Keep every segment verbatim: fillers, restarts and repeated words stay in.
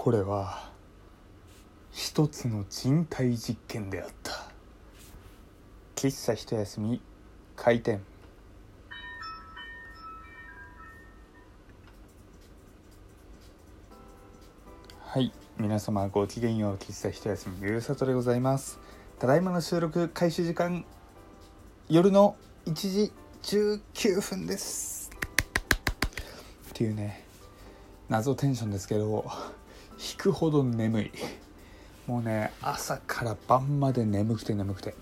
これは一つの人体実験であった。喫茶一休み開店。はい、皆様ごきげんよう。喫茶一休みゆうさとでございます。ただいまの収録開始時間夜のいちじじゅうきゅうふんですっていうね、謎テンションですけど、引くほど眠い。もうね、朝から晩まで眠くて眠くて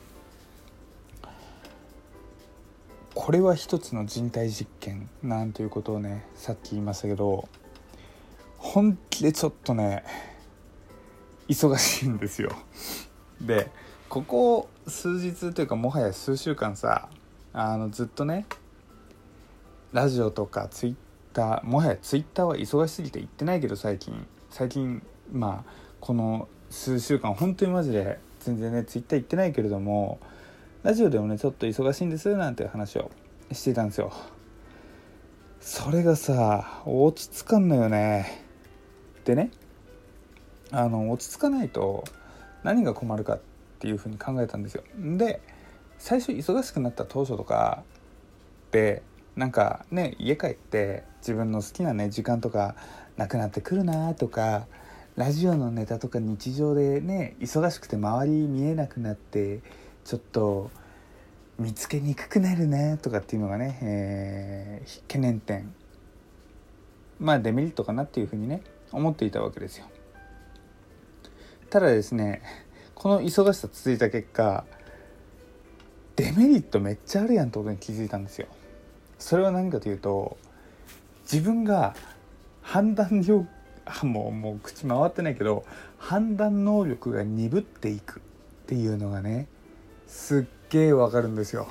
これは一つの人体実験なんていうことをね、さっき言いましたけど、本気でちょっとね忙しいんですよ。で、ここ数日というかもはや数週間さ、あのずっとねラジオとかツイッター、もはやツイッターは忙しすぎて言ってないけど、最近最近まあこの数週間本当にマジで全然ねツイッター行ってないけれども、ラジオでもねちょっと忙しいんですなんて話をしていたんですよ。それがさ落ち着かんのよね。でね、あの落ち着かないと何が困るかっていう風に考えたんですよ。で、最初忙しくなった当初とかでなんかね、家帰って自分の好きなね時間とかなくなってくるなとか、ラジオのネタとか日常でね忙しくて周り見えなくなってちょっと見つけにくくなるねとかっていうのがね、えー、懸念点、まあデメリットかなっていうふうにね思っていたわけですよ。ただですね、この忙しさ続いた結果、デメリットめっちゃあるやんってことに気づいたんですよ。それは何かというと、自分が判断力もうもう口回ってないけど判断能力が鈍っていくっていうのがねすっげーわかるんですよ。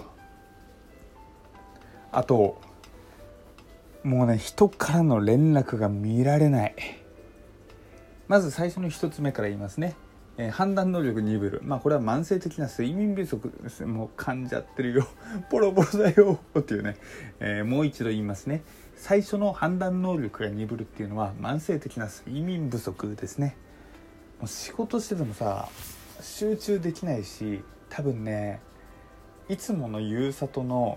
あともうね、人からの連絡が見られない。まず最初の一つ目から言いますね。えー、判断能力鈍る。まあこれは慢性的な睡眠不足です。もう噛んじゃってるよボロボロだよっていうね、えー、もう一度言いますね。最初の判断能力が鈍るっていうのは慢性的な睡眠不足ですね。もう仕事しててもさ集中できないし、多分ねいつものゆうさとの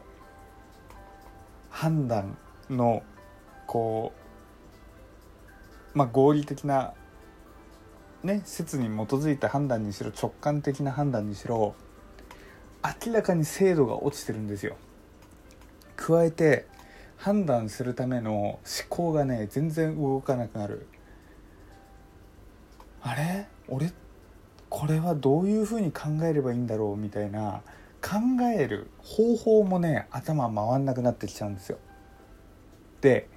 判断のこうまあ合理的なね説に基づいた判断にしろ、直感的な判断にしろ、明らかに精度が落ちてるんですよ。加えて判断するための思考がね全然動かなくなる。あれ俺これはどういう風に考えればいいんだろうみたいな、考える方法もね頭回んなくなってきちゃうんですよ。で、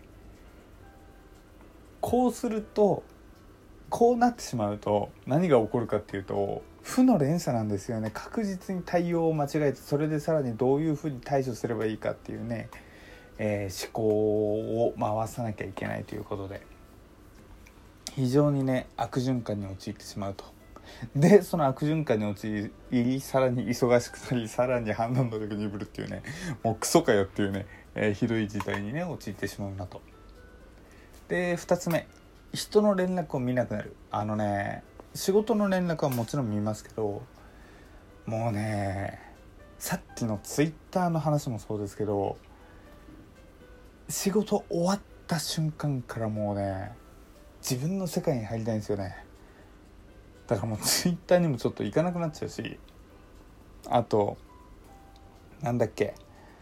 こうするとこうなってしまうと何が起こるかっていうと、負の連鎖なんですよね。確実に対応を間違えて、それでさらにどういう風に対処すればいいかっていうね、えー、思考を回さなきゃいけないということで、非常にね悪循環に陥ってしまうと。で、その悪循環に陥り、さらに忙しくなり、さらに判断能力鈍るっていうね、もうクソかよっていうね、えー、ひどい事態にね陥ってしまうなと。で、ふたつめ、人の連絡を見なくなる。あのね、仕事の連絡はもちろん見ますけど、もうね、さっきのツイッターの話もそうですけど、仕事終わった瞬間からもうね自分の世界に入りたいんですよね。だからもうツイッターにもちょっと行かなくなっちゃうし、あとなんだっけ、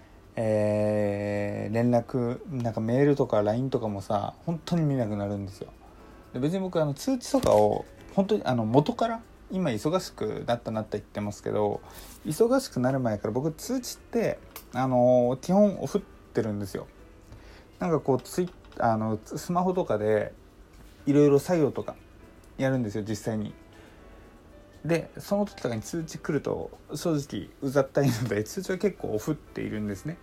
えー、連絡なんかメールとか ライン とかもさ本当に見なくなるんですよ。で、別に僕あの通知とかを本当にあの元から今忙しくなったなった言ってますけど、忙しくなる前から僕通知ってあの基本オフってるんですよ。なんかこうツイあのスマホとかでいろいろ作業とかやるんですよ実際に。で、その時とかに通知来ると正直うざったいので通知は結構オフっているんですね。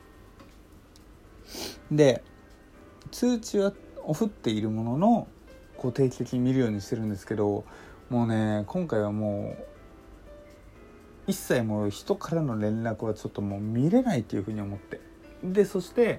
で、通知はオフっているもののこう定期的に見るようにしてるんですけど、もうね今回はもう一切もう人からの連絡はちょっともう見れないっていうふうに思って、でそして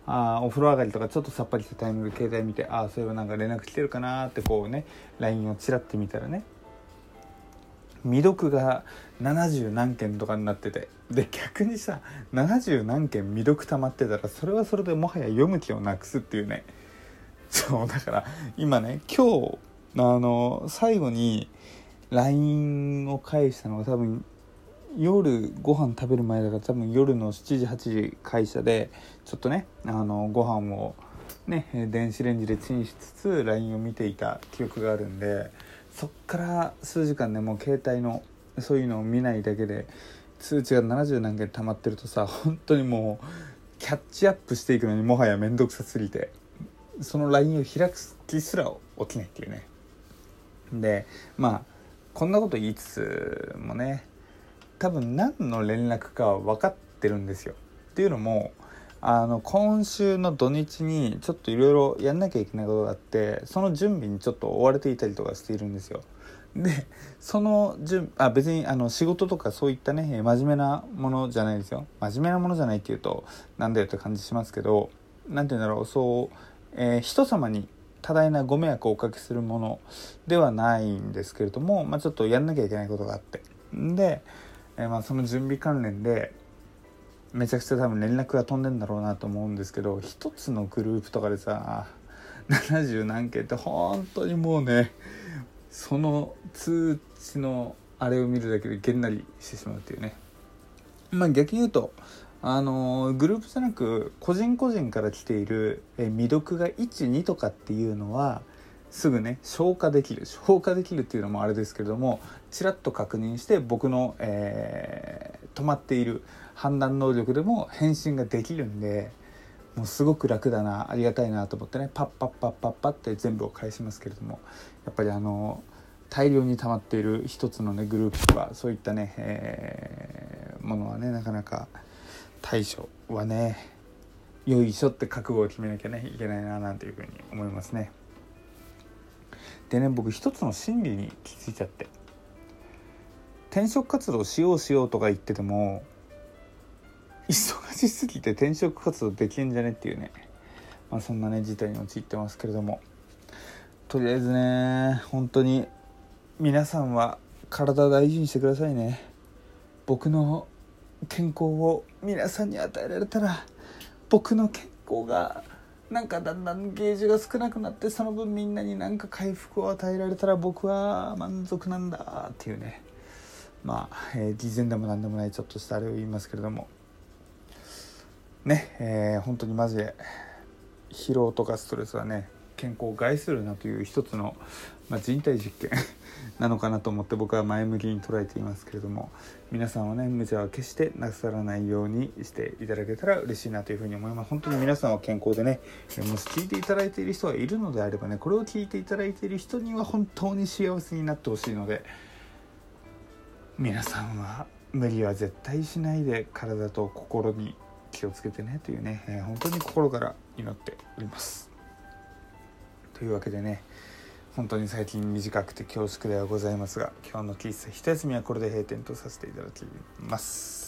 あお風呂上がりとかちょっとさっぱりしたタイミングで携帯見て、あそういえばなんか連絡来てるかなってこうね ライン をちらって見たらね、未読がななじゅう何件とかになってて、で逆にさななじゅう何件未読溜まってたらそれはそれでもはや読む気をなくすっていうね。そうだから今ね今日あの最後に ライン を返したのが多分夜ご飯食べる前だから、多分夜のしちじはちじ会社でちょっとねあのご飯をね電子レンジでチンしつつ ライン を見ていた記憶があるんで、そっから数時間ねもう携帯のそういうのを見ないだけで通知がななじゅう何件溜まってるとさ、本当にもうキャッチアップしていくのにもはやめんどくさすぎて、その ライン を開く気すら起きないっていうね。でまあこんなこと言いつつもね、多分何の連絡かは分かってるんですよ。っていうのもあの今週の土日にちょっといろいろやんなきゃいけないことがあって、その準備にちょっと追われていたりとかしているんですよ。でその準あ別にあの仕事とかそういったね真面目なものじゃないですよ。真面目なものじゃないっていうとなんだよって感じしますけど、なんていうんだろう、そう、えー、人様に多大なご迷惑をおかけするものではないんですけれども、まあ、ちょっとやんなきゃいけないことがあって、で、えー、まあその準備関連でめちゃくちゃ多分連絡が飛んでんだろうなと思うんですけど、一つのグループとかでさななじゅう何件って本当にもうね、その通知のあれを見るだけでげんなりしてしまうっていうね。まあ逆に言うとあのグループじゃなく個人個人から来ているえ未読がいち、にとかっていうのはすぐね消化できる消化できるっていうのもあれですけれども、ちらっと確認して僕の、えー、止まっている判断能力でも返信ができるんで、もうすごく楽だな、ありがたいなと思ってね、パッパッパッパッパって全部を返しますけれども、やっぱりあの大量に溜まっている一つのねグループとかそういったね、えー、ものはねなかなか対処はねよいしょって覚悟を決めなきゃねいけないななんていうふうに思いますね。でね、僕一つの心理に気づいちゃって、転職活動しようしようとか言ってても忙しすぎて転職活動できんじゃねっていうね、まあ、そんなね事態に陥ってますけれども、とりあえずね本当に皆さんは体大事にしてくださいね。僕の健康を皆さんに与えられたら、僕の健康がなんかだんだんゲージが少なくなって、その分みんなになんか回復を与えられたら僕は満足なんだっていうね、まあ、えー、偽善でもなんでもないちょっとしたあれを言いますけれどもね、えー、本当にマジで疲労とかストレスはね健康を害するなという一つの、まあ、人体実験なのかなと思って僕は前向きに捉えていますけれども、皆さんはね無茶は決してなさらないようにしていただけたら嬉しいなというふうに思います。本当に皆さんは健康でね、もし聞いていただいている人がいるのであればね、これを聞いていただいている人には本当に幸せになってほしいので、皆さんは無理は絶対しないで体と心に気をつけてねというね、えー、本当に心から祈っております。というわけでね、本当に最近短くて恐縮ではございますが、今日の喫茶一休みはこれで閉店とさせていただきます。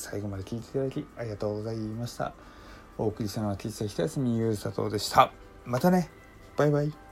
最後まで聞いていただきありがとうございました。お送りしたのは喫茶一休みゆうさとでした。またね、バイバイ。